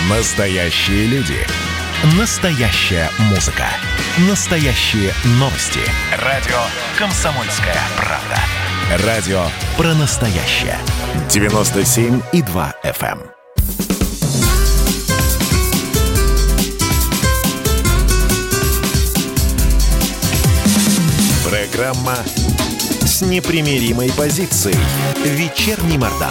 Настоящие люди. Настоящая музыка. Настоящие новости. Радио «Комсомольская правда». Радио про настоящее. 97,2 FM. Программа с непримиримой позицией. Вечерний Мордан.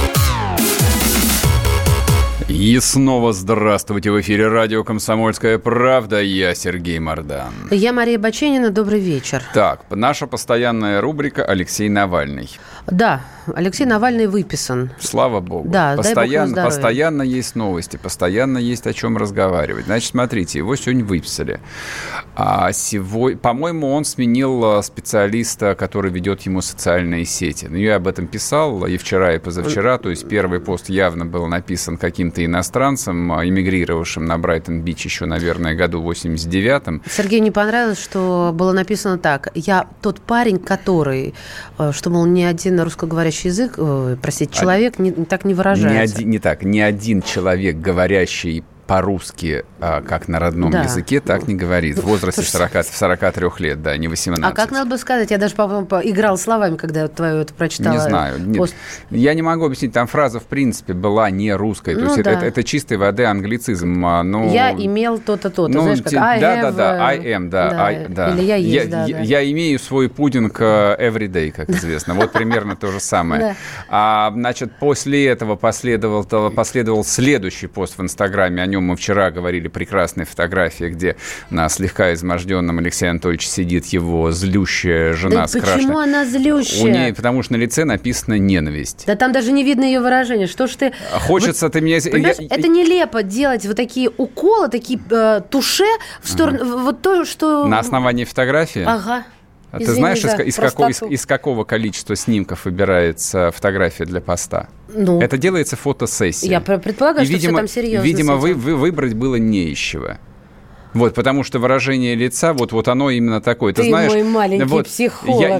И снова здравствуйте. В эфире радио «Комсомольская правда». Я Сергей Мордан. Я Мария Баченина. Добрый вечер. Так, наша постоянная рубрика «Алексей Навальный». Да, Алексей Навальный выписан. Слава богу. Да, постоянно есть новости, постоянно есть о чем разговаривать. Значит, смотрите, его сегодня выписали. По-моему, он сменил специалиста, который ведет ему социальные сети. Ну, я об этом писал и вчера, и позавчера. То есть первый пост явно был написан каким-то иностранцем, эмигрировавшим на Брайтон-Бич еще, наверное, году в 89-м. Сергею не понравилось, что было написано так. Я тот парень, который, что, мол, ни один русскоговорящий язык, человек так не выражается. Ни один человек, говорящий по-русски, как на родном языке, так не говорит. В возрасте 43 лет, да, не 18. А как надо было сказать? Я даже, по-моему, играл словами, когда твою это прочитала. Не знаю. Я не могу объяснить. Там фраза, в принципе, была не русская. То есть это чистой воды англицизм. Я имел то-то, то-то. Знаешь, как I am, да. Или я есть, Я имею свой пудинг every day, как известно. Вот примерно то же самое. Значит, после этого последовал следующий пост в Инстаграме. О нем мы вчера говорили, прекрасные фотографии, где на слегка изможденном Алексее Анатольевиче сидит его злющая жена. Да почему она злющая? Потому что на лице написано «ненависть». Да там даже не видно ее выражения. Что ж ты... Хочется ты меня... Это нелепо делать вот такие уколы, такие туше в сторону... Вот то, что... На основании фотографии? Ага. А ты знаешь, из какого количества снимков выбирается фотография для поста? Ну, это делается фотосессия. Я предполагаю, что все там серьезно. Видимо, выбрать было не из чего. Вот, потому что выражение лица, вот оно именно такое. Ты знаешь, мой маленький психолог,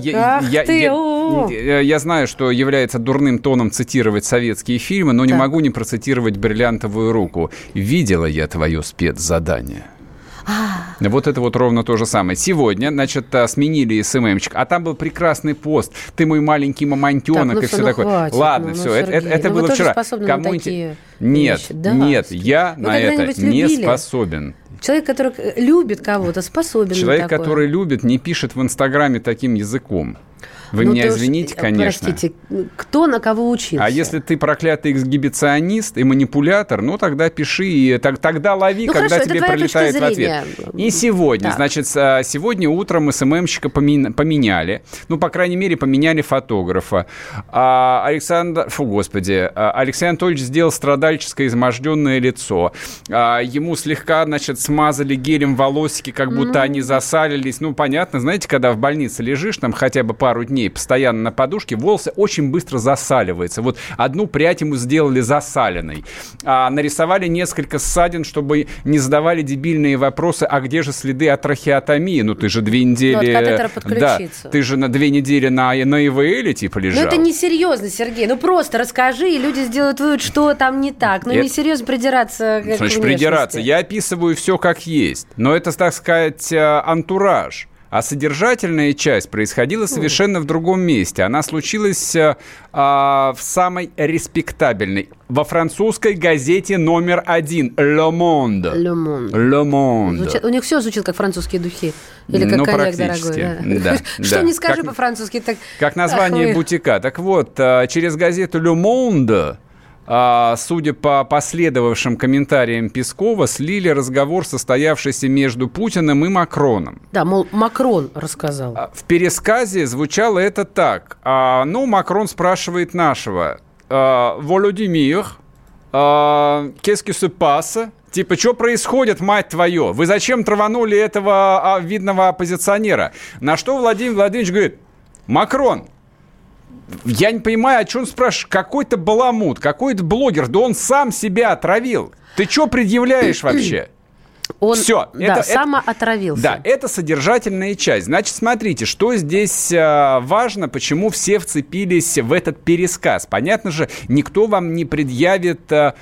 я знаю, что является дурным тоном цитировать советские фильмы, но не могу не процитировать «Бриллиантовую руку». «Видела я твое спецзадание». Вот это вот ровно то же самое. Сегодня, значит, сменили СММчик, а там был прекрасный пост. Ты мой маленький мамонтенок и все такое. Хватит, ладно, все, это было вчера. Кому на нет, я на это не способен. Человек, который любит кого-то, способен на такое. Человек, который любит, не пишет в Инстаграме таким языком. Вы меня извините, конечно. Простите, кто на кого учился? А если ты проклятый эксгибиционист и манипулятор, ну тогда пиши, и тогда лови, когда тебе прилетает в ответ. И сегодня, значит, сегодня утром СММщика поменяли, ну, по крайней мере, поменяли фотографа. Алексей Анатольевич сделал страдальческое изможденное лицо. Ему слегка, значит, смазали гелем волосики, как будто они засалились. Ну, понятно, знаете, когда в больнице лежишь, там хотя бы пару дней постоянно на подушке, волосы очень быстро засаливаются. Вот одну прядь ему сделали засаленной. Нарисовали несколько ссадин, чтобы не задавали дебильные вопросы, а где же следы от трахеотомии? Ну, ты же 2 недели... от катетера подключиться. Да, ты же на 2 недели на ИВЛ типа лежал. Ну, это несерьезно, Сергей. Ну, просто расскажи, и люди сделают вывод, что там не так. Ну, несерьезно придираться к внешности. Значит, придираться. Я описываю все как есть. Но это, так сказать, антураж. А содержательная часть происходила совершенно в другом месте. Она случилась в самой респектабельной, во французской газете номер 1 «Le Monde». «Le Monde». У них все звучит как французские духи. Или как коньяк дорогой. Да. Что не скажи по-французски. Как название бутика. Так вот, через газету «Le Monde», судя по последовавшим комментариям Пескова, слили разговор, состоявшийся между Путиным и Макроном. Да, мол, Макрон рассказал. В пересказе звучало это так. Макрон спрашивает нашего. «Володимир, qu'est-ce qui se passe?» Типа, что происходит, мать твою? Вы зачем траванули этого видного оппозиционера? На что Владимир Владимирович говорит: «Макрон, я не понимаю, о чем он спрашивает. Какой-то баламут, какой-то блогер. Да он сам себя отравил. Ты что предъявляешь вообще?» Он Все, самоотравился. Да, это содержательная часть. Значит, смотрите, что здесь важно, почему все вцепились в этот пересказ. Понятно же, никто вам не предъявит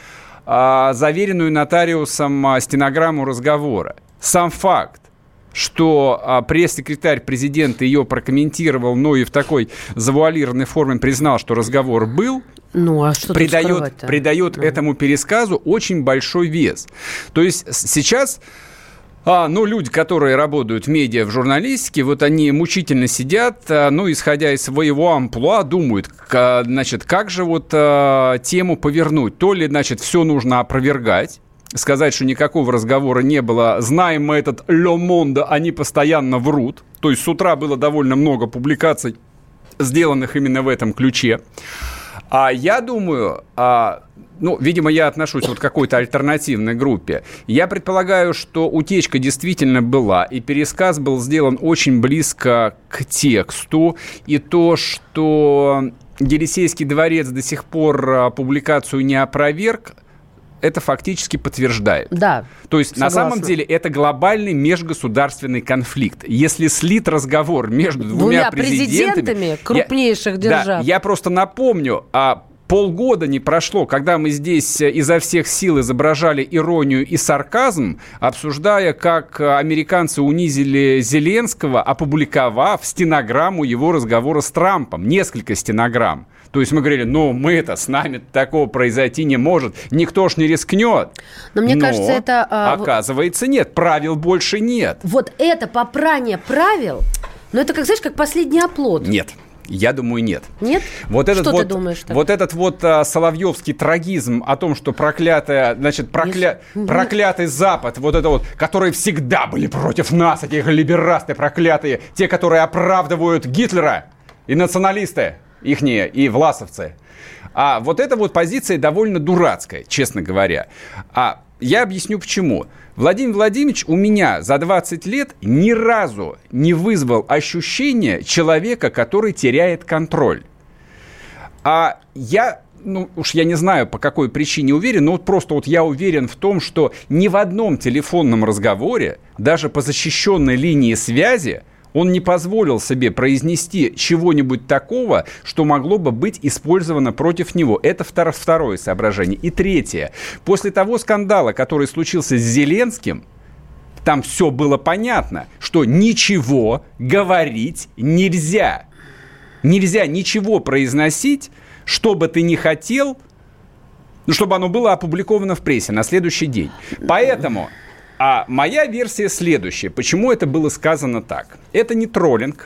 заверенную нотариусом стенограмму разговора. Сам факт, что пресс-секретарь президента ее прокомментировал, но и в такой завуалированной форме признал, что разговор был, придает этому пересказу очень большой вес. То есть сейчас... люди, которые работают в медиа, в журналистике, вот они мучительно сидят, исходя из своего амплуа, думают, как же тему повернуть. То ли, все нужно опровергать, сказать, что никакого разговора не было. Знаем мы этот Le Monde, они постоянно врут. То есть с утра было довольно много публикаций, сделанных именно в этом ключе. А я думаю... видимо, я отношусь к какой-то альтернативной группе. Я предполагаю, что утечка действительно была, и пересказ был сделан очень близко к тексту. И то, что Елисейский дворец до сих пор публикацию не опроверг, это фактически подтверждает. Да, то есть, согласна. На самом деле, это глобальный межгосударственный конфликт. Если слит разговор между двумя президентами крупнейших держав. Я просто напомню, полгода не прошло, когда мы здесь изо всех сил изображали иронию и сарказм, обсуждая, как американцы унизили Зеленского, опубликовав стенограмму его разговора с Трампом. Несколько стенограмм. То есть мы говорили, с нами такого произойти не может, никто ж не рискнет. Но мне кажется, это... Оказывается, нет, правил больше нет. Вот это попрание правил, это, как последний оплот. Нет. Я думаю, нет. Нет? Ты думаешь? Так? Вот этот соловьевский трагизм о том, что проклятый Запад, которые всегда были против нас, эти либерасты проклятые, те, которые оправдывают Гитлера, и националисты ихние, и власовцы. А эта позиция довольно дурацкая, честно говоря. Я объясню, почему. Владимир Владимирович у меня за 20 лет ни разу не вызвал ощущение человека, который теряет контроль. Я не знаю, по какой причине уверен, но просто я уверен в том, что ни в одном телефонном разговоре, даже по защищенной линии связи, он не позволил себе произнести чего-нибудь такого, что могло бы быть использовано против него. Это второе соображение. И третье. После того скандала, который случился с Зеленским, там все было понятно, что ничего говорить нельзя. Нельзя ничего произносить, что бы ты ни хотел, чтобы оно было опубликовано в прессе на следующий день. Поэтому... моя версия следующая. Почему это было сказано так? Это не троллинг.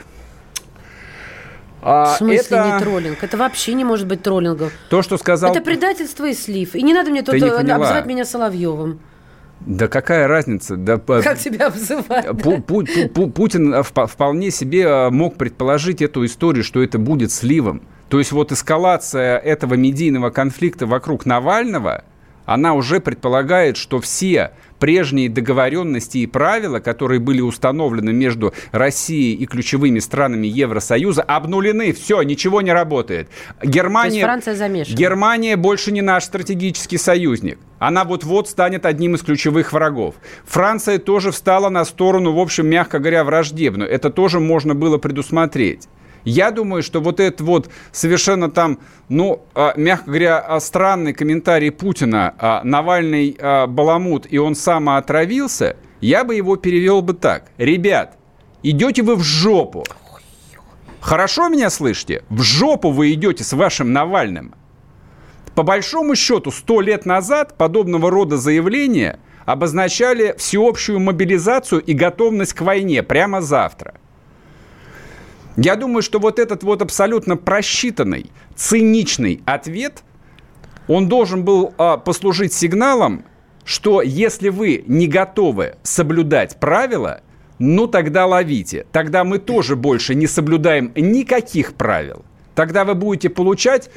В смысле не троллинг? Это вообще не может быть троллингом. То, что сказал... Это предательство и слив. И не надо мне тут обзывать меня Соловьевым. Да какая разница? Как тебя обзывать? Путин вполне себе мог предположить эту историю, что это будет сливом. То есть эскалация этого медийного конфликта вокруг Навального, она уже предполагает, что все прежние договоренности и правила, которые были установлены между Россией и ключевыми странами Евросоюза, обнулены. Все, ничего не работает. Германия, то есть Франция замешана. Германия больше не наш стратегический союзник. Она вот-вот станет одним из ключевых врагов. Франция тоже встала на сторону, в общем, мягко говоря, враждебную. Это тоже можно было предусмотреть. Я думаю, что этот совершенно мягко говоря, странный комментарий Путина, Навальный баламут, и он самоотравился, я бы его перевел бы так. Ребят, идете вы в жопу. Хорошо меня слышите? В жопу вы идете с вашим Навальным. По большому счету, 100 лет назад подобного рода заявления обозначали всеобщую мобилизацию и готовность к войне прямо завтра. Я думаю, что этот абсолютно просчитанный, циничный ответ, он должен был послужить сигналом, что если вы не готовы соблюдать правила, тогда ловите. Тогда мы тоже больше не соблюдаем никаких правил. Тогда вы будете получать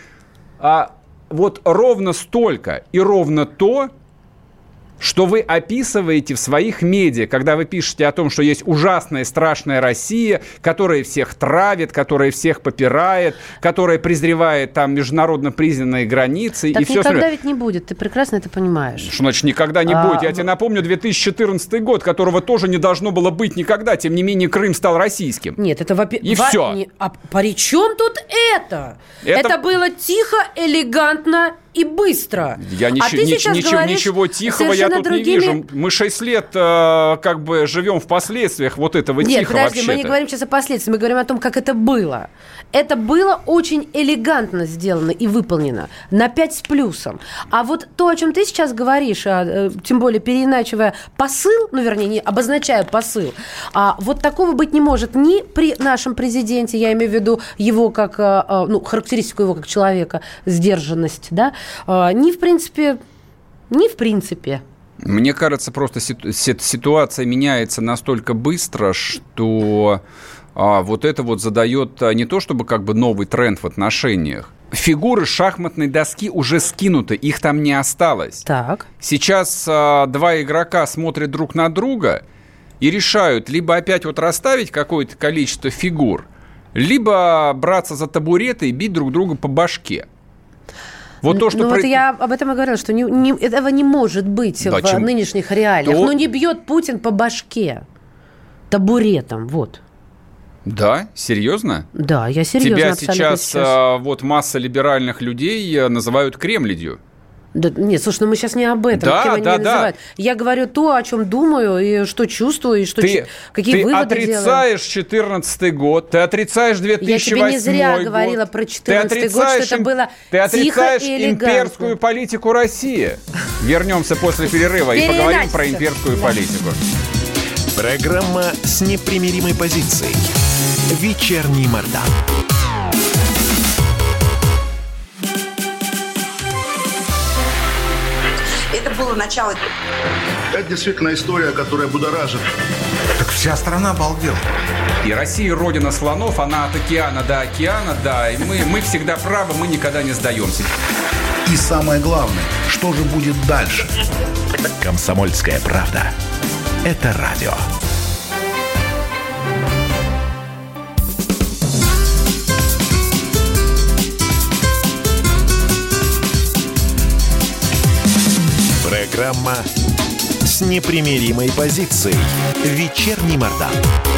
ровно столько и ровно то, что вы описываете в своих медиа, когда вы пишете о том, что есть ужасная, страшная Россия, которая всех травит, которая всех попирает, которая презревает международно признанные границы. Так и все никогда ведь не будет, ты прекрасно это понимаешь. Что значит никогда не будет? Я тебе напомню 2014 год, которого тоже не должно было быть никогда, тем не менее Крым стал российским. Нет, это и все. А при чем тут это? Это было тихо, элегантно и быстро. Я ничего тихого я тут не вижу. Мы 6 лет как бы живем в последствиях вот этого тихого. Нет, подожди, мы не говорим сейчас о последствиях, мы говорим о том, как это было. Это было очень элегантно сделано и выполнено, на 5 с плюсом. А вот то, о чем ты сейчас говоришь, тем более переиначивая посыл, не обозначая посыл, вот такого быть не может ни при нашем президенте, я имею в виду его как, характеристику его как человека, сдержанность, да, ни в принципе. Мне кажется, просто ситуация меняется настолько быстро, что вот это вот задает не то чтобы как бы новый тренд в отношениях. Фигуры шахматной доски уже скинуты, их там не осталось. Так. Сейчас 2 игрока смотрят друг на друга и решают либо опять вот расставить какое-то количество фигур, либо браться за табуреты и бить друг друга по башке. Вот то, что вот я об этом и говорила, что этого не может быть в нынешних реалиях. Не бьет Путин по башке табуретом, вот. Да? Серьезно? Да, я серьезно. Тебя сейчас вот масса либеральных людей называют кремлядью. Да, нет, слушай, мы сейчас не об этом. Да. Я говорю то, о чем думаю, и что чувствую, и какие выводы делаю. Ты отрицаешь 2014 год, ты отрицаешь 2008 год. Я тебе не зря говорила про 2014 год, что это было тихо и элегантно. Ты отрицаешь имперскую политику России. Вернемся после перерыва и поговорим про имперскую политику. Программа с непримиримой позицией. Вечерний Мардан. Это было начало. Это действительно история, которая будоражит. Так вся страна обалдела. И Россия родина слонов, она от океана до океана, да. И мы всегда правы, мы никогда не сдаемся. И самое главное, что же будет дальше? «Комсомольская правда». Это радио. Программа с непримиримой позицией. Вечерний Мардан.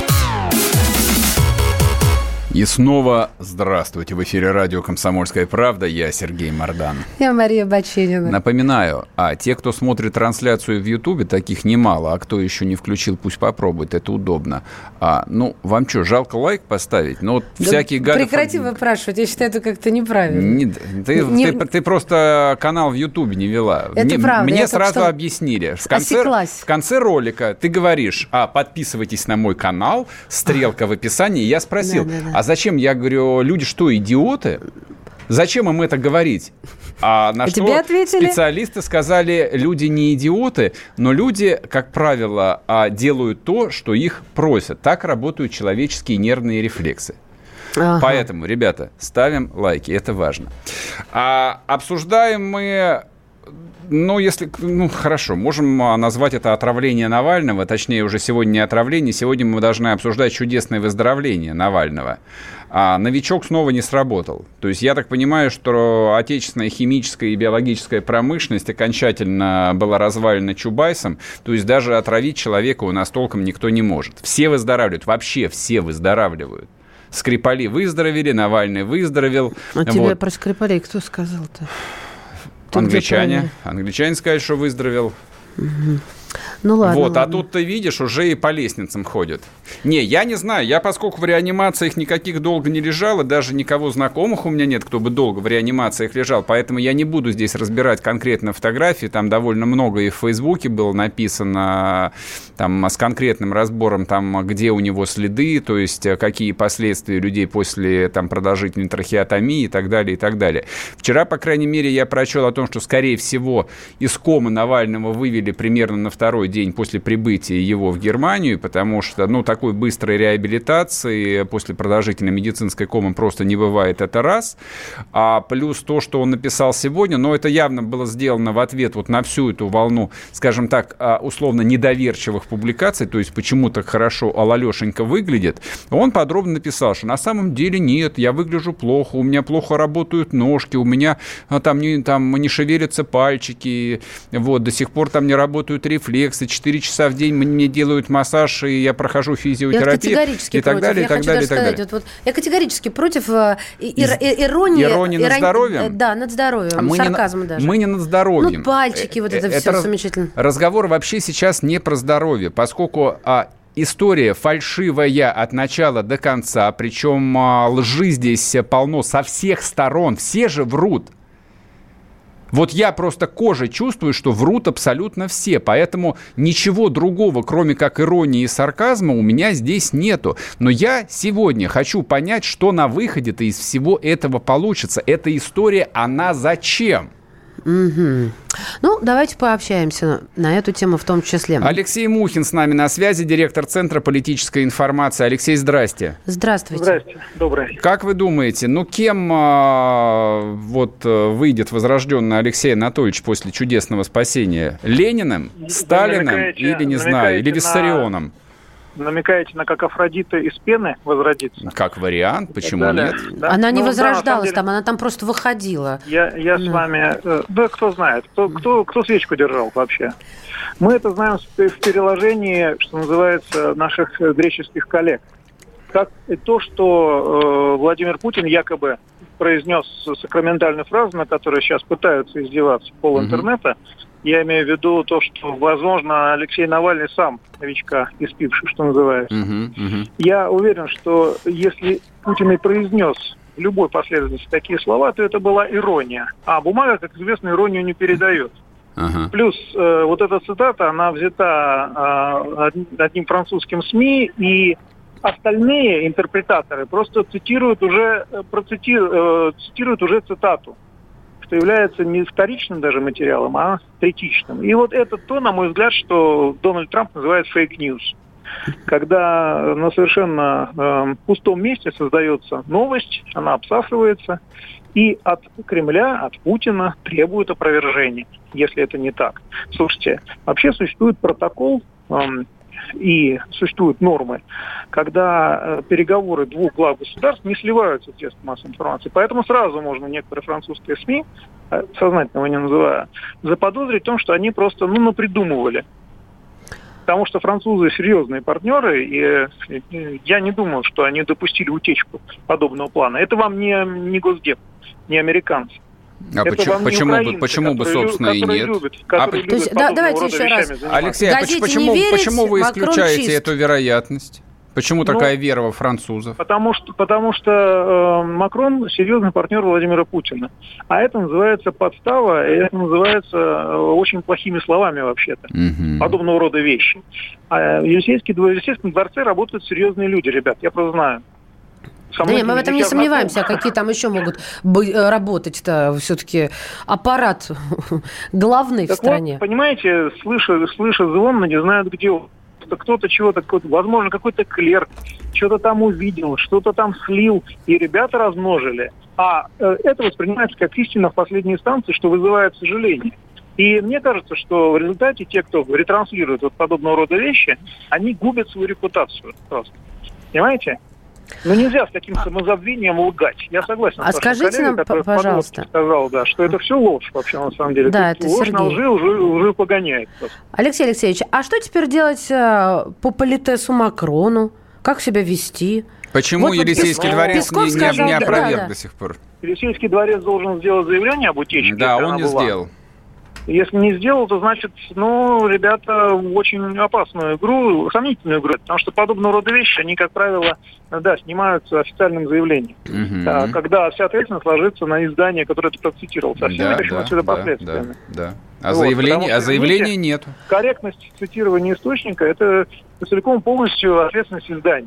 И снова здравствуйте. В эфире радио «Комсомольская правда». Я Сергей Мардан. Я Мария Баченина. Напоминаю, те, кто смотрит трансляцию в Ютубе, таких немало, а кто еще не включил, пусть попробует, это удобно. Вам что, жалко лайк поставить? Всякие гады... Прекрати выпрашивать, я считаю, это как-то неправильно. Ты просто канал в Ютубе не вела. Это правда. Мне сразу объяснили. В конце ролика ты говоришь, подписывайтесь на мой канал, стрелка в описании. Я спросил, зачем? Я говорю, люди что, идиоты? Зачем им это говорить? На что специалисты сказали, люди не идиоты, но люди, как правило, делают то, что их просят. Так работают человеческие нервные рефлексы. Ага. Поэтому, ребята, ставим лайки, это важно. Обсуждаем мы... хорошо, можем назвать это отравление Навального, точнее, уже сегодня не отравление, сегодня мы должны обсуждать чудесное выздоровление Навального. Новичок снова не сработал. То есть я так понимаю, что отечественная химическая и биологическая промышленность окончательно была развалена Чубайсом, то есть даже отравить человека у нас толком никто не может. Все выздоравливают, вообще все выздоравливают. Скрипали выздоровели, Навальный выздоровел. Тебе про Скрипалей кто сказал-то? Англичане сказали, что выздоровел. Угу. Ладно. А тут ты видишь, уже и по лестницам ходят. Я не знаю, я поскольку в реанимациях никаких долго не лежал, и даже никого знакомых у меня нет, кто бы долго в реанимациях лежал, поэтому я не буду здесь разбирать конкретно фотографии, там довольно много и в Фейсбуке было написано, там с конкретным разбором, там где у него следы, то есть какие последствия людей после продолжительной трахеотомии и так далее, и так далее. Вчера, по крайней мере, я прочел о том, что, скорее всего, из комы Навального вывели примерно на второй день после прибытия его в Германию, потому что, такой быстрой реабилитации после продолжительной медицинской комы просто не бывает, это раз. Плюс то, что он написал сегодня, это явно было сделано в ответ на всю эту волну, скажем так, условно недоверчивых публикаций, то есть почему так хорошо Алешенька выглядит. Он подробно написал, что на самом деле нет, я выгляжу плохо, у меня плохо работают ножки, у меня там не шевелятся пальчики, до сих пор там не работают рефлексы, 4 часа в день мне делают массаж, и я прохожу физиотерапии и так далее, и так далее, и так далее. Я категорически против иронии. Иронии над здоровьем? Да, над здоровьем, сарказма даже. Мы не над здоровьем. Ну, пальчики, вот это все замечательно. Разговор вообще сейчас не про здоровье, поскольку история фальшивая от начала до конца, причем лжи здесь полно со всех сторон, все же врут. Вот я просто кожей чувствую, что врут абсолютно все, поэтому ничего другого, кроме как иронии и сарказма, у меня здесь нету. Но я сегодня хочу понять, что на выходе-то из всего этого получится. Эта история, она зачем? Угу. Ну, давайте пообщаемся на эту тему в том числе. Алексей Мухин с нами на связи, директор Центра политической информации. Алексей, здрасте. Здравствуйте. Здрасте, доброе. Как вы думаете, кем выйдет возрожденный Алексей Анатольевич после чудесного спасения? Лениным, Сталиным или, не знаю, или Виссарионом? Намекаете на как Афродита из пены возродится? Как вариант, почему нет? Да? Она не возрождалась там, она там просто выходила. Я с вами... Да, кто знает, кто свечку держал вообще. Мы это знаем в переложении, что называется, наших греческих коллег. Как и то, что Владимир Путин якобы произнес сакраментальную фразу, на которую сейчас пытаются издеваться пол интернета. Я имею в виду то, что, возможно, Алексей Навальный сам новичка испивший, что называется. Я уверен, что если Путин и произнес в любой последовательности такие слова, то это была ирония. А бумага, как известно, иронию не передает. Плюс вот эта цитата, она взята одним французским СМИ, и остальные интерпретаторы просто цитируют уже цитату, что является не вторичным даже материалом, а третичным. И вот это то, на мой взгляд, что Дональд Трамп называет фейк-ньюс. Когда на совершенно пустом месте создается новость, она обсасывается, и от Кремля, от Путина требуют опровержения, если это не так. Слушайте, вообще существует протокол и существуют нормы, когда переговоры двух глав государств не сливаются в средства массовой информации. Поэтому сразу можно некоторые французские СМИ, сознательно его не называя, заподозрить в том, что они просто напридумывали. Потому что французы серьезные партнеры, и я не думаю, что они допустили утечку подобного плана. Это вам не Госдеп, не американцы. А почему бы, собственно, и нет? Давайте еще раз. Алексей, почему вы исключаете эту вероятность? Почему такая вера во французов? Потому что Макрон серьезный партнер Владимира Путина. А это называется подстава, и это называется очень плохими словами вообще-то. Подобного рода вещи. А в Елисейском дворце работают серьезные люди, ребят, я просто знаю. Да нет, мы в этом не сомневаемся, а какие там еще могут работать-то все-таки аппарат главный в стране. Вот, понимаете, слыша звон, но не знают, где он. Кто-то чего-то, возможно, какой-то клерк что-то там увидел, что-то там слил, и ребята размножили. А это воспринимается как истина в последней инстанции, что вызывает сожаление. И мне кажется, что в результате те, кто ретранслирует вот подобного рода вещи, они губят свою репутацию просто. Понимаете? Но нельзя с таким самозабвением лгать. Я согласен с вашим коллегой, который пожалуйста, сказал, да, что это все ложь вообще на самом деле. Да, это ложь Сергей. На лжи уже погоняет. Алексей Алексеевич, а что теперь делать по политесу Макрону? Как себя вести? Почему Елисейский дворец не опроверг до сих пор? Елисейский дворец должен сделать заявление об утечке. Да, он не сделал. Если не сделал, то значит, ребята очень опасную игру, сомнительную игру, потому что подобного рода вещи, они, как правило, снимаются официальным заявлением. Когда вся ответственность ложится на издание, которое ты процитировал, со всеми отсюда последствиями. Да. А заявления нет. Корректность цитирования источника – это целиком полностью ответственность издания.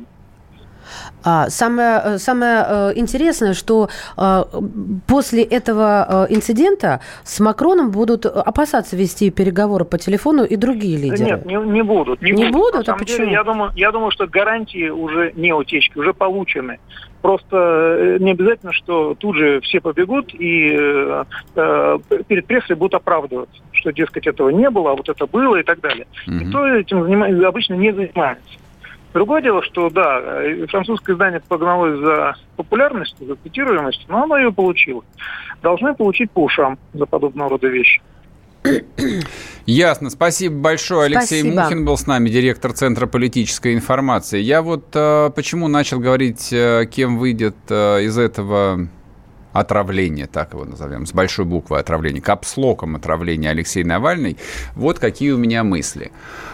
Самое интересное, что после этого инцидента с Макроном будут опасаться вести переговоры по телефону и другие лидеры. Нет, не будут. Не будут? На самом деле, я думаю, что гарантии уже не утечки, уже получены. Просто не обязательно, что тут же все побегут и перед прессой будут оправдываться, что, дескать, этого не было, а вот это было и так далее. Никто этим обычно не занимается. Другое дело, что, да, французское издание погналось за популярностью, за цитируемостью, но оно ее получило. Должны получить по ушам за подобного рода вещи. Ясно. Спасибо большое. Алексей Мухин был с нами, директор Центра политической информации. Я вот почему начал говорить, кем выйдет из этого отравления, так его назовем, с большой буквы отравления, капслоком отравления Алексей Навальный. Вот какие у меня мысли.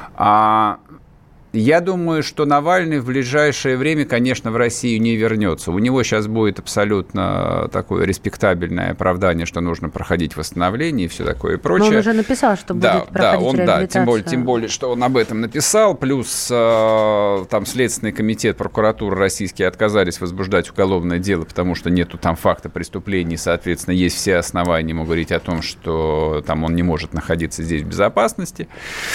Я думаю, что Навальный в ближайшее время, конечно, в Россию не вернется. У него сейчас будет абсолютно такое респектабельное оправдание, что нужно проходить восстановление и все такое и прочее. Но он уже написал, что будет проходить реабилитацию. Тем более, что он об этом написал. Плюс там Следственный комитет, прокуратура российские отказались возбуждать уголовное дело, потому что нету там факта преступлений. Соответственно, есть все основания ему говорить о том, что там он не может находиться здесь в безопасности.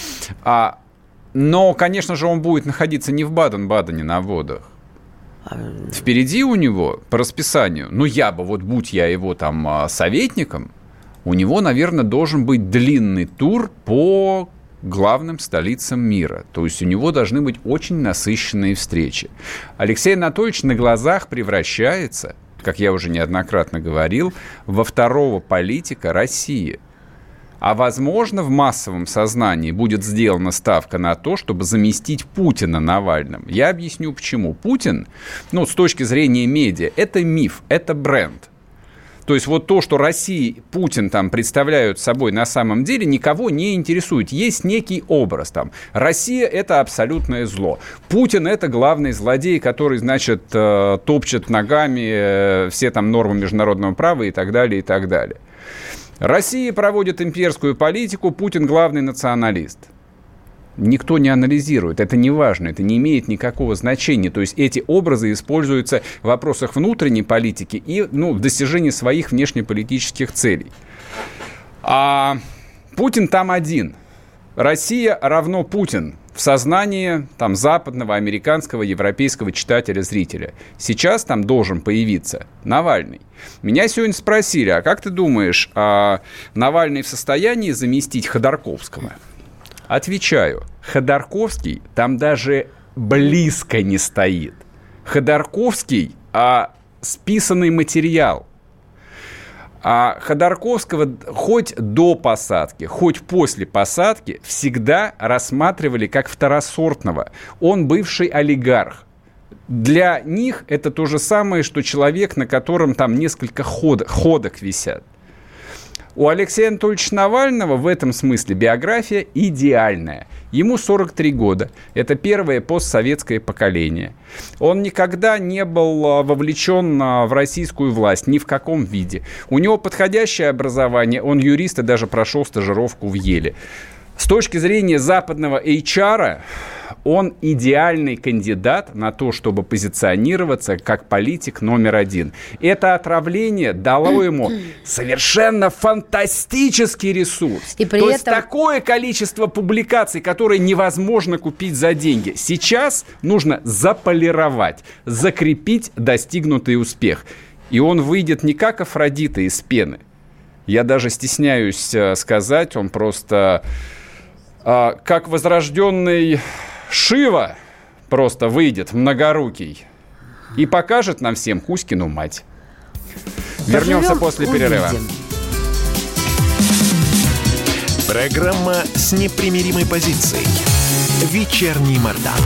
Но, конечно же, он будет находиться не в Баден-Бадене на водах. Впереди у него по расписанию, будь я его там советником, у него, наверное, должен быть длинный тур по главным столицам мира. То есть у него должны быть очень насыщенные встречи. Алексей Анатольевич на глазах превращается, как я уже неоднократно говорил, во второго политика России. А, возможно, в массовом сознании будет сделана ставка на то, чтобы заместить Путина Навальным. Я объясню, почему. Путин, с точки зрения медиа, это миф, это бренд. То есть вот то, что Россия и Путин там представляют собой на самом деле, никого не интересует. Есть некий образ там. Россия – это абсолютное зло. Путин – это главный злодей, который, значит, топчет ногами все там нормы международного права и так далее, и так далее. Россия проводит имперскую политику, Путин главный националист. Никто не анализирует, это не важно, это не имеет никакого значения. То есть эти образы используются в вопросах внутренней политики и в достижении своих внешнеполитических целей. А Путин там один. Россия равно Путин в сознании там, западного, американского, европейского читателя, зрителя. Сейчас там должен появиться Навальный. Меня сегодня спросили, а как ты думаешь, Навальный в состоянии заместить Ходорковского? Отвечаю, Ходорковский там даже близко не стоит. Ходорковский списанный материал. А Ходорковского хоть до посадки, хоть после посадки всегда рассматривали как второсортного. Он бывший олигарх. Для них это то же самое, что человек, на котором там несколько ходок висят. У Алексея Анатольевича Навального в этом смысле биография идеальная. Ему 43 года. Это первое постсоветское поколение. Он никогда не был вовлечен в российскую власть ни в каком виде. У него подходящее образование. Он юрист и даже прошел стажировку в Еле. С точки зрения западного HR, он идеальный кандидат на то, чтобы позиционироваться как политик номер один. Это отравление дало ему совершенно фантастический ресурс. И при этом... такое количество публикаций, которые невозможно купить за деньги. Сейчас нужно заполировать, закрепить достигнутый успех. И он выйдет не как Афродита из пены. Я даже стесняюсь сказать, он просто... как возрожденный Шива просто выйдет многорукий и покажет нам всем Кузькину мать. Вернемся после перерыва. Программа с непримиримой позицией. Вечерний Мордан.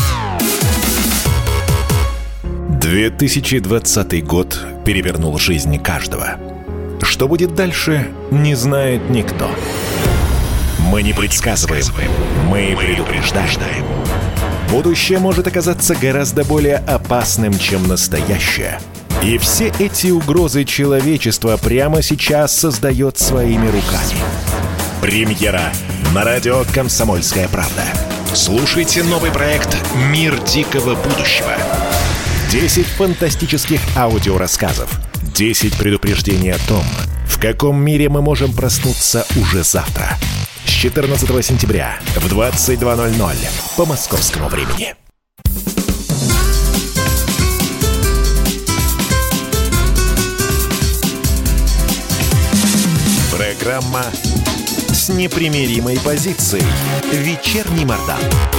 2020 год перевернул жизнь каждого. Что будет дальше, не знает никто. Мы не предсказываем, мы предупреждаем. Будущее может оказаться гораздо более опасным, чем настоящее. И все эти угрозы человечество прямо сейчас создает своими руками. Премьера на радио «Комсомольская правда». Слушайте новый проект «Мир дикого будущего». 10 фантастических аудиорассказов. 10 предупреждений о том, в каком мире мы можем проснуться уже завтра. С 14 сентября в 22:00 по московскому времени. Программа с непримиримой позицией. Вечерний Мордан.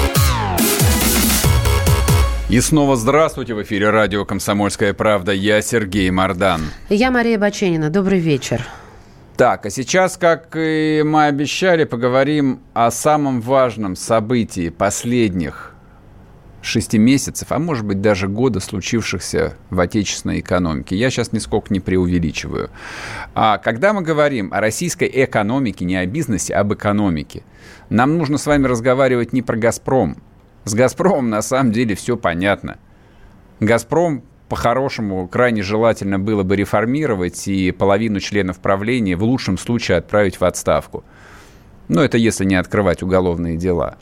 И снова здравствуйте. В эфире радио «Комсомольская правда». Я Сергей Мордан. Я Мария Баченина. Добрый вечер. Так, а сейчас, как и мы обещали, поговорим о самом важном событии последних 6 месяцев, а может быть даже года, случившихся в отечественной экономике. Я сейчас нисколько не преувеличиваю. А когда мы говорим о российской экономике, не о бизнесе, а об экономике, нам нужно с вами разговаривать не про «Газпром». С «Газпромом» на самом деле все понятно. «Газпром» по-хорошему крайне желательно было бы реформировать и половину членов правления в лучшем случае отправить в отставку. Но это если не открывать уголовные дела.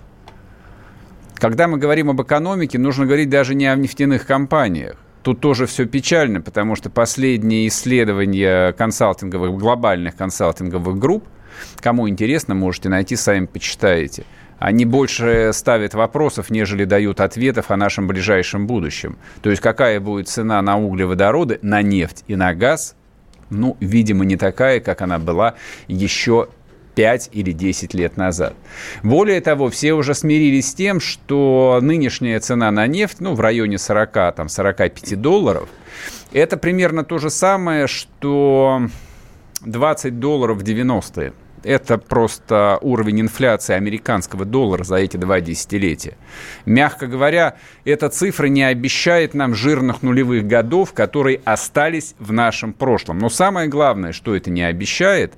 Когда мы говорим об экономике, нужно говорить даже не о нефтяных компаниях. Тут тоже все печально, потому что последние исследования консалтинговых, глобальных консалтинговых групп, кому интересно, можете найти, сами почитаете. Они больше ставят вопросов, нежели дают ответов о нашем ближайшем будущем. То есть какая будет цена на углеводороды, на нефть и на газ, ну, видимо, не такая, как она была еще 5 или 10 лет назад. Более того, все уже смирились с тем, что нынешняя цена на нефть, ну, в районе 40-45 долларов, это примерно то же самое, что 20 долларов в 90-е. Это просто уровень инфляции американского доллара за эти 2 десятилетия. Мягко говоря, эта цифра не обещает нам жирных нулевых годов, которые остались в нашем прошлом. Но самое главное, что это не обещает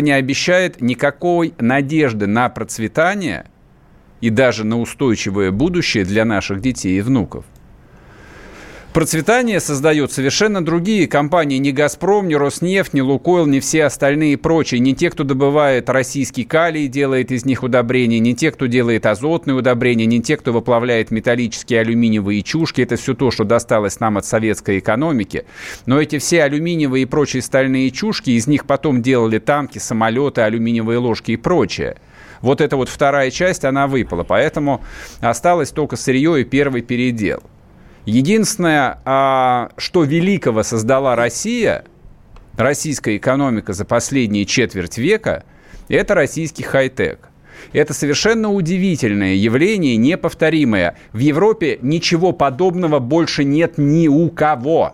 никакой надежды на процветание и даже на устойчивое будущее для наших детей и внуков. Процветание создают совершенно другие компании. Не «Газпром», не «Роснефть», не «Лукойл», не все остальные прочие. Не те, кто добывает российский калий и делает из них удобрения, не те, кто делает азотные удобрения, не те, кто выплавляет металлические алюминиевые чушки. Это все то, что досталось нам от советской экономики. Но эти все алюминиевые и прочие стальные чушки, из них потом делали танки, самолеты, алюминиевые ложки и прочее. Вот эта вот вторая часть, она выпала. Поэтому осталось только сырье и первый передел. Единственное, что великого создала Россия, российская экономика за последние четверть века, это российский хай-тек. Это совершенно удивительное явление, неповторимое. В Европе ничего подобного больше нет ни у кого.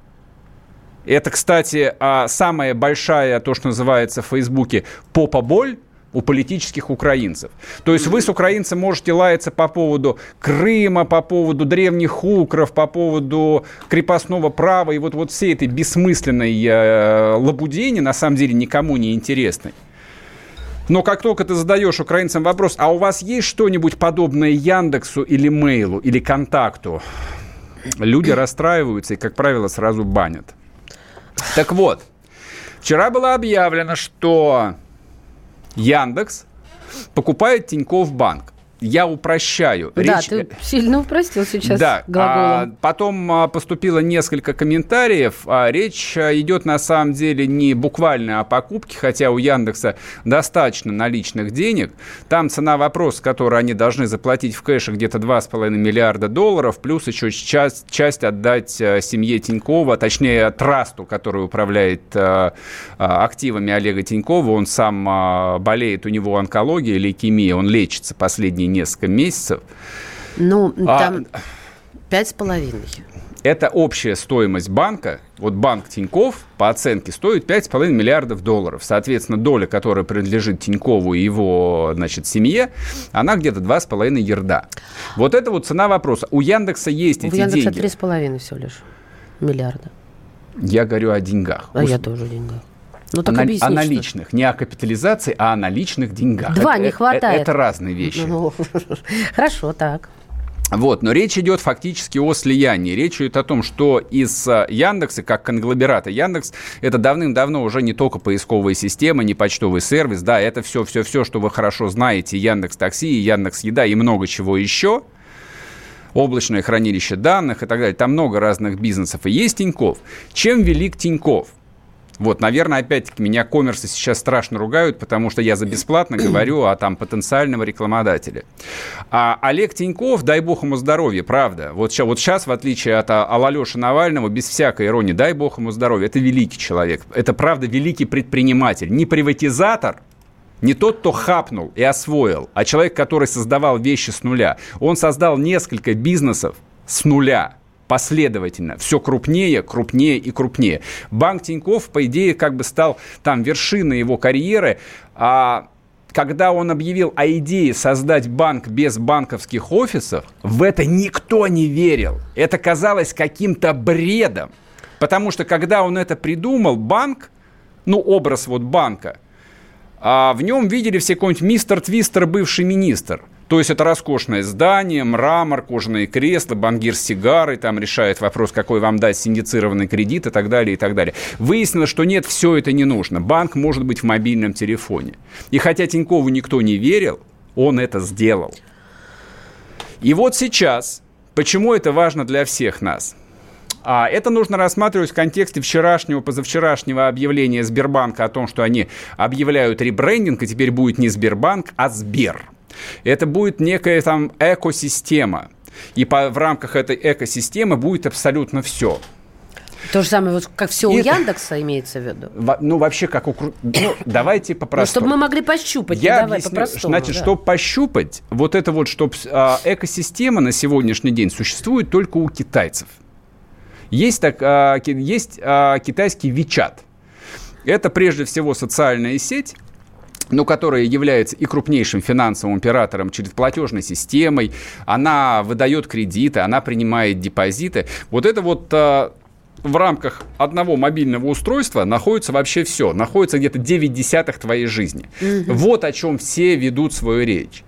Это, кстати, самая большая, то, что называется в Фейсбуке, попа-боль у политических украинцев. То есть вы с украинцем можете лаяться по поводу Крыма, по поводу древних укров, по поводу крепостного права и вот всей этой бессмысленной лабудени, на самом деле никому не интересной. Но как только ты задаешь украинцам вопрос, а у вас есть что-нибудь подобное Яндексу или Мейлу или Контакту, люди расстраиваются и, как правило, сразу банят. Так вот, вчера было объявлено, что Яндекс покупает Тинькофф Банк. Я упрощаю. Да, ты сильно упростил сейчас глаголом. Потом поступило несколько комментариев. Речь идет на самом деле не буквально о покупке, хотя у Яндекса достаточно наличных денег. Там цена вопроса, которую они должны заплатить в кэше, где-то $2,5 миллиарда, плюс еще часть отдать семье Тинькова, точнее трасту, который управляет активами Олега Тинькова. Он сам болеет, у него онкология, лейкемия, он лечится последние несколько месяцев. Ну, там 5,5. Это общая стоимость банка. Вот банк Тинькофф по оценке стоит $5,5 миллиардов. Соответственно, доля, которая принадлежит Тинькову и его, значит, семье, она где-то 2,5 ярда. Вот это вот цена вопроса. У Яндекса есть эти деньги. У Яндекса 3,5 всего лишь миллиарда. Я говорю о деньгах. Я тоже о деньгах. Ну, так о наличных, что? Не о капитализации, а о наличных деньгах. Не хватает. Это разные вещи. Хорошо, так. Вот, но речь идет фактически о слиянии. Речь идет о том, что из Яндекса, как конгломерата, Яндекс – это давным-давно уже не только поисковая система, не почтовый сервис, да, это все, что вы хорошо знаете, Яндекс.Такси, Яндекс.Еда и много чего еще. Облачное хранилище данных и так далее. Там много разных бизнесов. И есть Тинькофф. Чем велик Тинькофф? Вот, наверное, опять-таки, меня коммерсы сейчас страшно ругают, потому что я за бесплатно говорю о там потенциальном рекламодателе. А Олег Тинькофф, дай бог ему здоровья, правда. Вот сейчас, в отличие от Алеши Навального, без всякой иронии, дай бог ему здоровья, это великий человек. Это, правда, великий предприниматель. Не приватизатор, не тот, кто хапнул и освоил, а человек, который создавал вещи с нуля. Он создал несколько бизнесов с нуля. последовательно, все крупнее, крупнее и крупнее. Банк Тинькофф, по идее, как бы стал там вершиной его карьеры, когда он объявил о идее создать банк без банковских офисов, в это никто не верил. Это казалось каким-то бредом. Потому что, когда он это придумал, банк, образ вот банка, в нем видели все какой-нибудь мистер Твистер, бывший министр. То есть это роскошное здание, мрамор, кожаные кресла, бангир с сигарой, там решает вопрос, какой вам дать синдицированный кредит и так далее, и так далее. Выяснилось, что нет, все это не нужно. Банк может быть в мобильном телефоне. И хотя Тинькову никто не верил, он это сделал. И вот сейчас, почему это важно для всех нас? Это нужно рассматривать в контексте позавчерашнего объявления Сбербанка о том, что они объявляют ребрендинг, и теперь будет не Сбербанк, а Сбер. Это будет некая там экосистема. И в рамках этой экосистемы будет абсолютно все. То же самое, вот как все у Яндекса имеется в виду? Вообще, как у... давайте по-простому. Чтобы мы могли пощупать. Я объясню, по-простому. Значит, чтобы пощупать, чтобы экосистема на сегодняшний день существует только у китайцев. Есть китайский WeChat. Это прежде всего социальная сеть, которая является и крупнейшим финансовым оператором через платежной системой. Она выдает кредиты, она принимает депозиты. Вот это в рамках одного мобильного устройства находится вообще все. Находится где-то 9/10 твоей жизни. Вот о чем все ведут свою речь.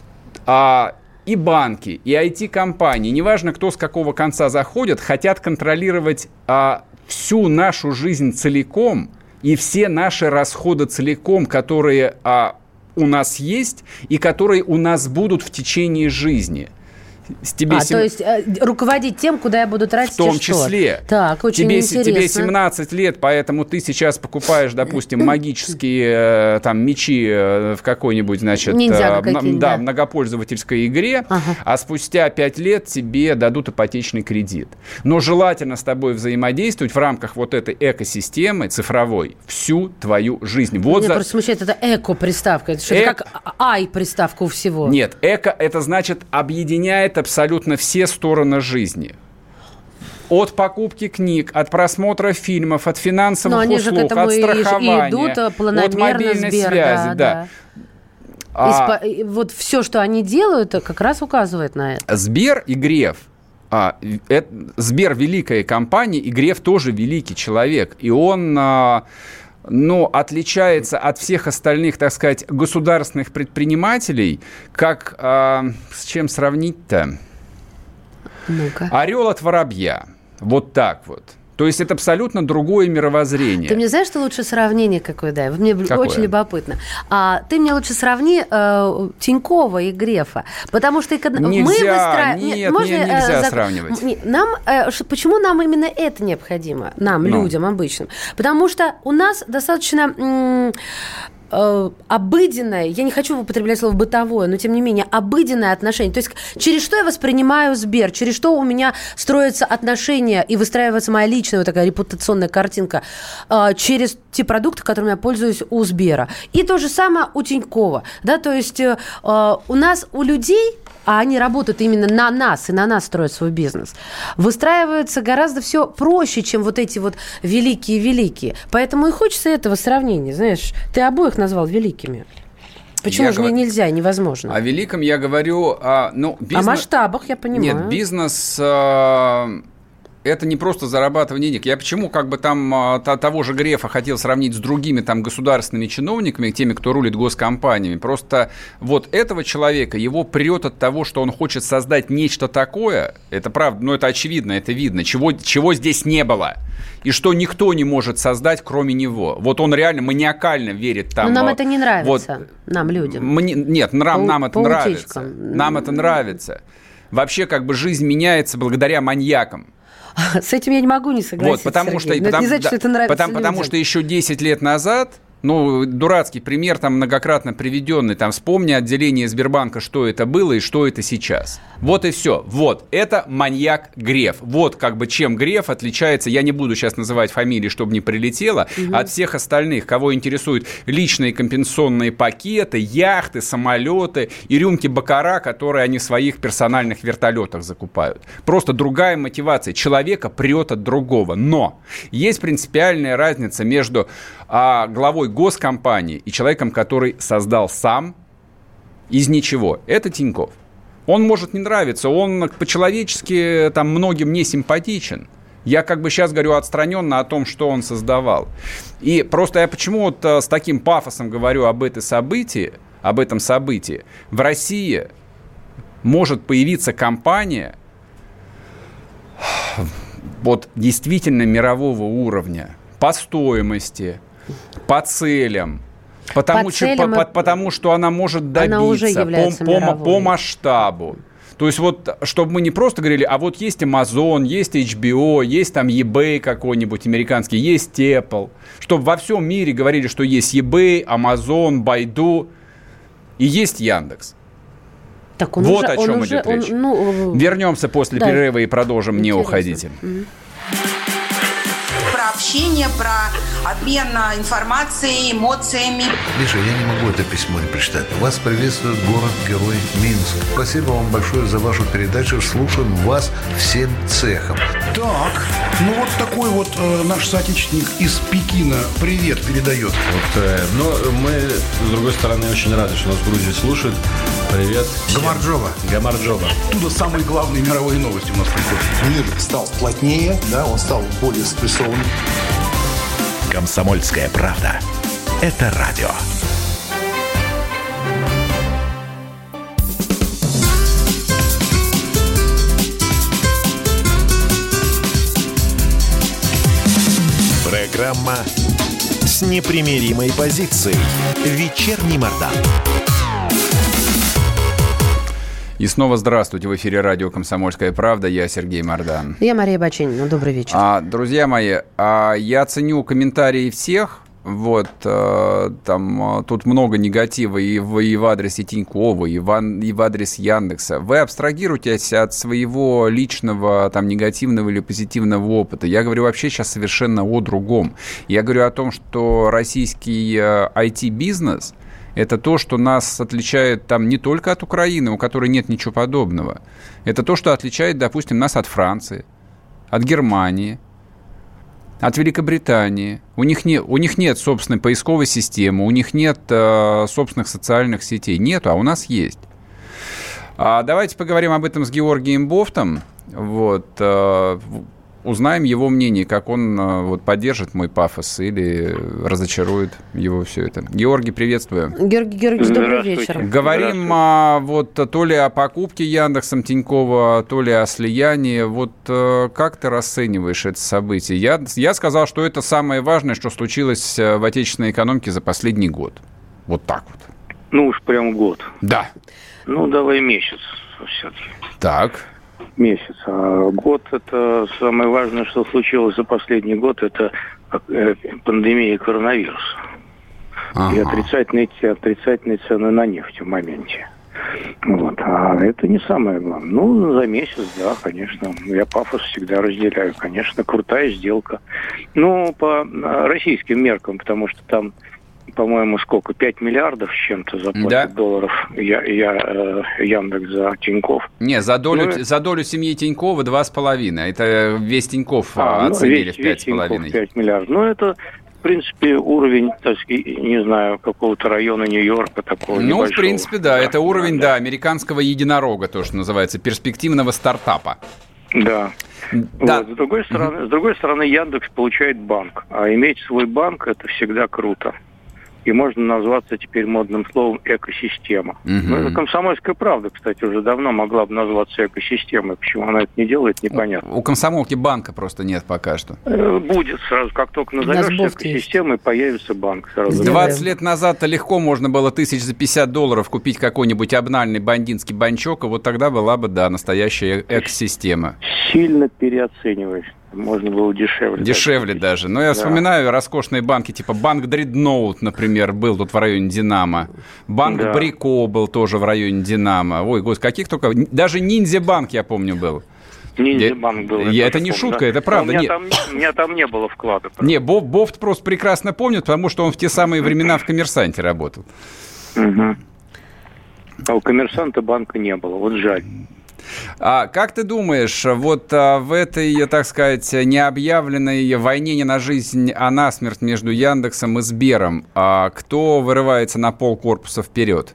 И банки, и IT-компании, неважно, кто с какого конца заходят, хотят контролировать всю нашу жизнь целиком и все наши расходы целиком, которые у нас есть и которые у нас будут в течение жизни. То есть руководить тем, куда я буду тратить что-то. В том числе. Так, очень интересно. Тебе 17 лет, поэтому ты сейчас покупаешь, допустим, магические мечи в какой-нибудь, многопользовательской игре, а спустя 5 лет тебе дадут ипотечный кредит. Но желательно с тобой взаимодействовать в рамках вот этой экосистемы цифровой всю твою жизнь. Меня просто смущает эта эко-приставка. Это что-то как ай-приставка у всего. Нет, эко – это значит объединяет абсолютно все стороны жизни. От покупки книг, от просмотра фильмов, от финансовых услуг, от страхования, от мобильной связи. Да. Вот все, что они делают, как раз указывает на это. Сбер и Греф. Сбер – великая компания, и Греф тоже великий человек. И он... отличается от всех остальных, так сказать, государственных предпринимателей, как с чем сравнить-то? Ну-ка. Орел от воробья. Вот так вот. То есть это абсолютно другое мировоззрение. Ты мне знаешь, что лучше сравнение какое, да? Мне какое? Очень любопытно. Ты мне лучше сравни Тинькова и Грефа. Потому что нельзя сравнивать. Почему нам именно это необходимо? Нам, людям обычным. Потому что у нас достаточно... обыденное, я не хочу употреблять слово бытовое, но тем не менее обыденное отношение. То есть через что я воспринимаю Сбер, через что у меня строятся отношения и выстраивается моя личная вот такая репутационная картинка через те продукты, которыми я пользуюсь у Сбера. И то же самое у Тинькова. Да? То есть у нас, у людей, а они работают именно на нас, и на нас строят свой бизнес, выстраивается гораздо все проще, чем вот эти вот великие-великие. Поэтому и хочется этого сравнения. Знаешь, ты обоих назвал великими. Почему же нельзя, невозможно? О великом я говорю... о масштабах, я понимаю. Нет, бизнес... это не просто зарабатывание денег. Я почему того же Грефа хотел сравнить с другими государственными чиновниками, теми, кто рулит госкомпаниями. Просто вот этого человека, его прет от того, что он хочет создать нечто такое. Это правда, это очевидно, это видно. Чего здесь не было. И что никто не может создать, кроме него. Вот он реально маниакально верит там. Но нам это не нравится, нам, людям. Нет, нам это нравится. Нам это нравится. Вообще, жизнь меняется благодаря маньякам. С этим я не могу не согласиться. Потому что еще 10 лет назад Ну, дурацкий пример, там многократно приведенный. Там вспомни отделение Сбербанка, что это было и что это сейчас. Вот и все. Вот, это маньяк Греф. Вот как бы чем Греф отличается, я не буду сейчас называть фамилии, чтобы не прилетело, от всех остальных, кого интересуют личные компенсационные пакеты, яхты, самолеты и рюмки баккара, которые они в своих персональных вертолетах закупают. Просто другая мотивация. Человека прет от другого. Но есть принципиальная разница между главой госкомпании и человеком, который создал сам из ничего. Это Тинькофф. Он может не нравиться, он по-человечески там многим не симпатичен. Я как бы сейчас говорю отстраненно о том, что он создавал. И просто я почему вот с таким пафосом говорю об этом событии. В России может появиться компания вот действительно мирового уровня по стоимости, по целям, потому что она может добиться по масштабу. То есть вот, чтобы мы не просто говорили, а вот есть Amazon, есть HBO, есть там eBay какой-нибудь американский, есть Apple. Чтобы во всем мире говорили, что есть eBay, Amazon, Baidu и есть Яндекс. Так вот о чем идет речь. Вернемся после перерыва и продолжим. Интересно. Не уходите. Про общение, про обмен информацией, эмоциями. Миша, я не могу это письмо не прочитать. Вас приветствует город-герой Минск. Спасибо вам большое за вашу передачу. Слушаем вас всем цехом. Так, ну вот такой вот наш соотечественник из Пекина привет передает. Вот, но мы, с другой стороны, очень рады, что нас в Грузии слушают. Привет. Гамарджоба. Оттуда самые главные мировые новости у нас приходят. Мир стал плотнее, да, он стал более спрессованным. «Комсомольская правда». Это радио. Программа с непримиримой позицией. Вечерний Мардан. И снова здравствуйте. В эфире радио «Комсомольская правда». Я Сергей Мардан. Я Мария Баченина. Добрый вечер. Друзья мои, я ценю комментарии всех. Вот, там, тут много негатива и в адрес Тинькова, и в адрес Яндекса. Вы абстрагируйтесь от своего личного, там, негативного или позитивного опыта. Я говорю вообще сейчас совершенно о другом. Я говорю о том, что российский IT-бизнес – это то, что нас отличает там не только от Украины, у которой нет ничего подобного. Это то, что отличает, допустим, нас от Франции, от Германии, от Великобритании. У них нет собственной поисковой системы, у них нет собственных социальных сетей. Нету, а у нас есть. Давайте поговорим об этом с Георгием Бофтом. Вот. Узнаем его мнение, как он вот, поддержит мой пафос или разочарует его все это. Георгий, приветствую. Георгий Георгиевич, добрый вечер. Говорим вот то ли о покупке Яндексом Тинькова, то ли о слиянии. Вот как ты расцениваешь это событие? Я сказал, что это самое важное, что случилось в отечественной экономике за последний год. Вот так вот. Ну уж прям год. Да. Ну давай месяц все-таки. Так. Месяц. А год – это самое важное, что случилось за последний год, это пандемия коронавируса. Ага. И отрицательные цены на нефть в моменте. Вот. А это не самое главное. Ну, за месяц, да, конечно. Я пафос всегда разделяю. Конечно, крутая сделка. Ну, по российским меркам, потому что там, по-моему, сколько? 5 миллиардов с чем-то заплатят долларов Яндекс за Тинькофф. Не, за долю семьи Тинькова 2,5. Это весь Тинькофф оценили в 5,5. 5 миллиардов. Ну, это, в принципе, уровень, так сказать, не знаю, какого-то района Нью-Йорка такого небольшого. Ну, в принципе, да. Это уровень, да, американского единорога, то, что называется, перспективного стартапа. Да. Да. Вот. С другой стороны, Яндекс получает банк. А иметь свой банк – это всегда круто. И можно назваться теперь модным словом «экосистема». Ну, это «Комсомольская правда», кстати, уже давно могла бы назваться экосистемой. Почему она это не делает, непонятно. У комсомолки банка просто нет пока что. Будет сразу. Как только назовешь экосистемой, появится банк. Сразу. 20 лет назад-то легко можно было $1000 за $50 купить какой-нибудь обнальный бандитский банчок, и вот тогда была бы, да, настоящая экосистема. Сильно переоцениваешь. Можно было дешевле. Дешевле даже. Но я вспоминаю роскошные банки, типа банк Дредноут, например, был тут в районе Динамо. Банк Брико был тоже в районе Динамо. Ой, господи, каких только... Даже Ниндзя-банк, я помню, был. Ниндзя-банк был. Это не шутка, это правда. У меня там не было вклада. Не, Бофт просто прекрасно помнит, потому что он в те самые времена в «Коммерсанте» работал. Угу. А у «Коммерсанта» банка не было. Вот жаль. А как ты думаешь, вот в этой, так сказать, необъявленной войне не на жизнь, а на смерть между Яндексом и Сбером, кто вырывается на полкорпуса вперед?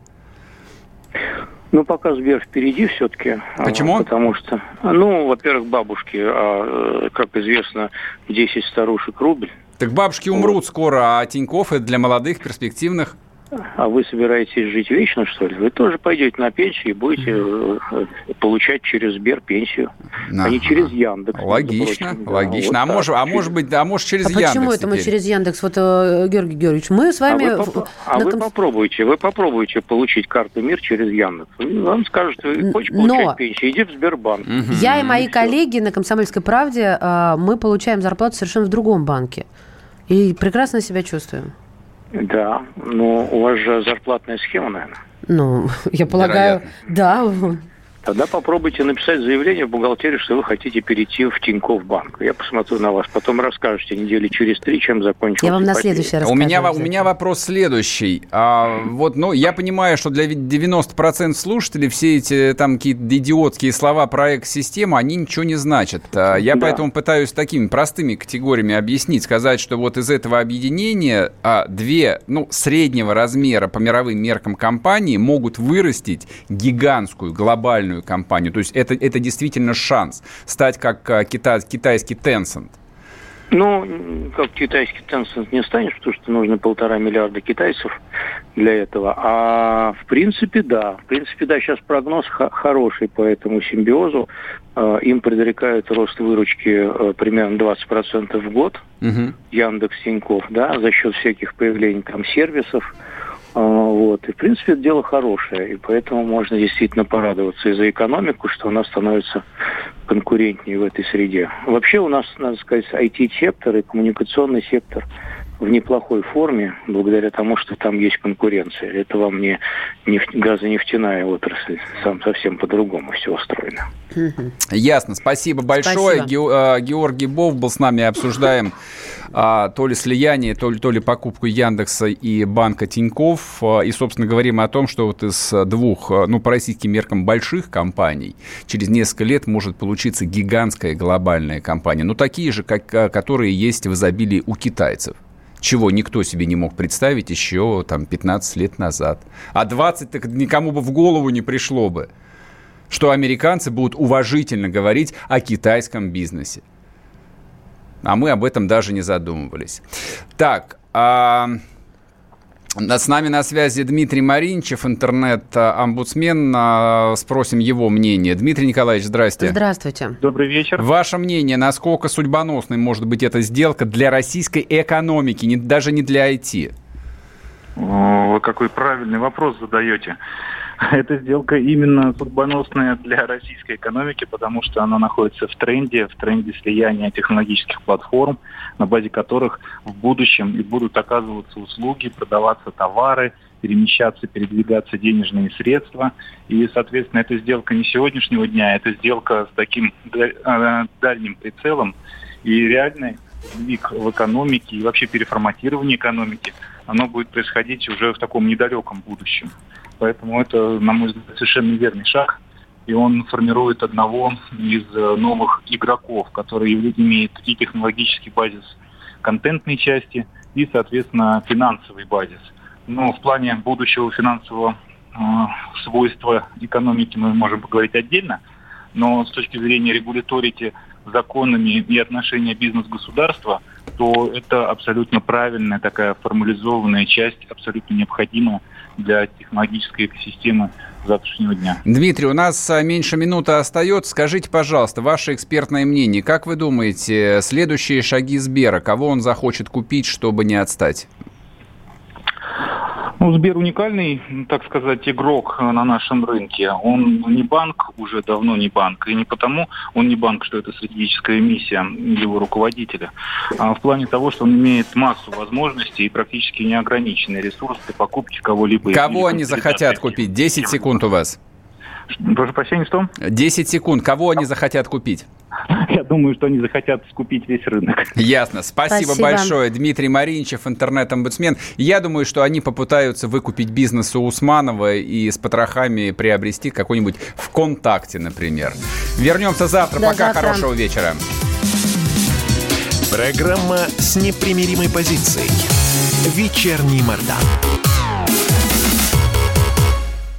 Ну, пока Сбер впереди все-таки. Почему? Потому что, во-первых, бабушки, как известно, 10 старушек рубль. Так бабушки умрут скоро, а Тинькофф это для молодых, перспективных. А вы собираетесь жить вечно, что ли? Вы тоже пойдете на пенсию и будете получать через Сбер пенсию, а не через Яндекс. Логично, логично. Вот может через Яндекс. Почему это мы через Яндекс? Вот, Георгий Георгиевич, мы с вами... Вы попробуйте получить карту МИР через Яндекс. Вам скажут, хочешь получать пенсию, иди в Сбербанк. Я и мои коллеги на «Комсомольской правде», мы получаем зарплату совершенно в другом банке. И прекрасно себя чувствуем. Да, но у вас же зарплатная схема, наверное. Ну, я полагаю, да. Тогда попробуйте написать заявление в бухгалтерию, что вы хотите перейти в Тинькофф банк. Я посмотрю на вас, потом расскажете недели через 3, чем закончилась. Я вам на следующий раз расскажу. У меня вопрос следующий. Я понимаю, что для 90% слушателей все эти там какие-то идиотские слова про экосистему, они ничего не значат. Я поэтому пытаюсь такими простыми категориями объяснить, сказать, что вот из этого объединения две, среднего размера по мировым меркам компании могут вырастить гигантскую глобальную компанию. То есть это действительно шанс стать как китайский Tencent. Как китайский Tencent не станешь, потому что нужно 1,5 миллиарда китайцев для этого. А в принципе, да. Сейчас прогноз хороший по этому симбиозу. Им предрекают рост выручки примерно 20% в год. Яндекс, Тинькофф, за счет всяких появлений там сервисов. И, в принципе, это дело хорошее. И поэтому можно действительно порадоваться и за экономику, что она становится конкурентнее в этой среде. Вообще у нас, надо сказать, IT-сектор и коммуникационный сектор в неплохой форме, благодаря тому, что там есть конкуренция. Это вам не газонефтяная отрасль. Совсем по-другому все устроено. Ясно. Спасибо большое. Георгий Бофт был с нами. Обсуждаем то ли слияние, то ли покупку Яндекса и банка Тинькофф. И, собственно, говорим о том, что вот из двух, по российским меркам, больших компаний через несколько лет может получиться гигантская глобальная компания. Такие же, которые есть в изобилии у китайцев. Чего никто себе не мог представить еще 15 лет назад. А 20 так никому бы в голову не пришло бы, что американцы будут уважительно говорить о китайском бизнесе. А мы об этом даже не задумывались. Так, с нами на связи Дмитрий Маринчев, интернет-омбудсмен. Спросим его мнение. Дмитрий Николаевич, здрасте. Здравствуйте. Добрый вечер. Ваше мнение, насколько судьбоносной может быть эта сделка для российской экономики, даже не для IT? Вы какой правильный вопрос задаете. Эта сделка именно судьбоносная для российской экономики, потому что она находится в тренде слияния технологических платформ, на базе которых в будущем и будут оказываться услуги, продаваться товары, передвигаться денежные средства. И, соответственно, эта сделка не сегодняшнего дня, это сделка с таким дальним прицелом. И реальный сдвиг в экономике и вообще переформатирование экономики, оно будет происходить уже в таком недалеком будущем. Поэтому это, на мой взгляд, совершенно верный шаг. И он формирует одного из новых игроков, который имеет и технологический базис контентной части, и, соответственно, финансовый базис. Но в плане будущего финансового свойства экономики мы можем поговорить отдельно. Но с точки зрения регуляторики законами и отношения бизнес-государства, то это абсолютно правильная такая формализованная часть, абсолютно необходимая для технологической экосистемы завтрашнего дня. Дмитрий, у нас меньше минуты остается. Скажите, пожалуйста, ваше экспертное мнение. Как вы думаете, следующие шаги Сбера, кого он захочет купить, чтобы не отстать? Сбер уникальный, так сказать, игрок на нашем рынке. Он не банк, уже давно не банк. И не потому он не банк, что это стратегическая миссия его руководителя, а в плане того, что он имеет массу возможностей и практически неограниченный ресурс для покупки кого-либо. Кого они захотят купить? 10 секунд у вас. Прошу прощения, что? 10 секунд. Кого они захотят купить? Я думаю, что они захотят скупить весь рынок. Ясно. Спасибо большое. Дмитрий Мариничев, интернет-омбудсмен. Я думаю, что они попытаются выкупить бизнес у Усманова и с потрохами приобрести какой-нибудь ВКонтакте, например. Вернемся завтра. Пока, хорошего вечера. Программа с непримиримой позицией. Вечерний Мордан.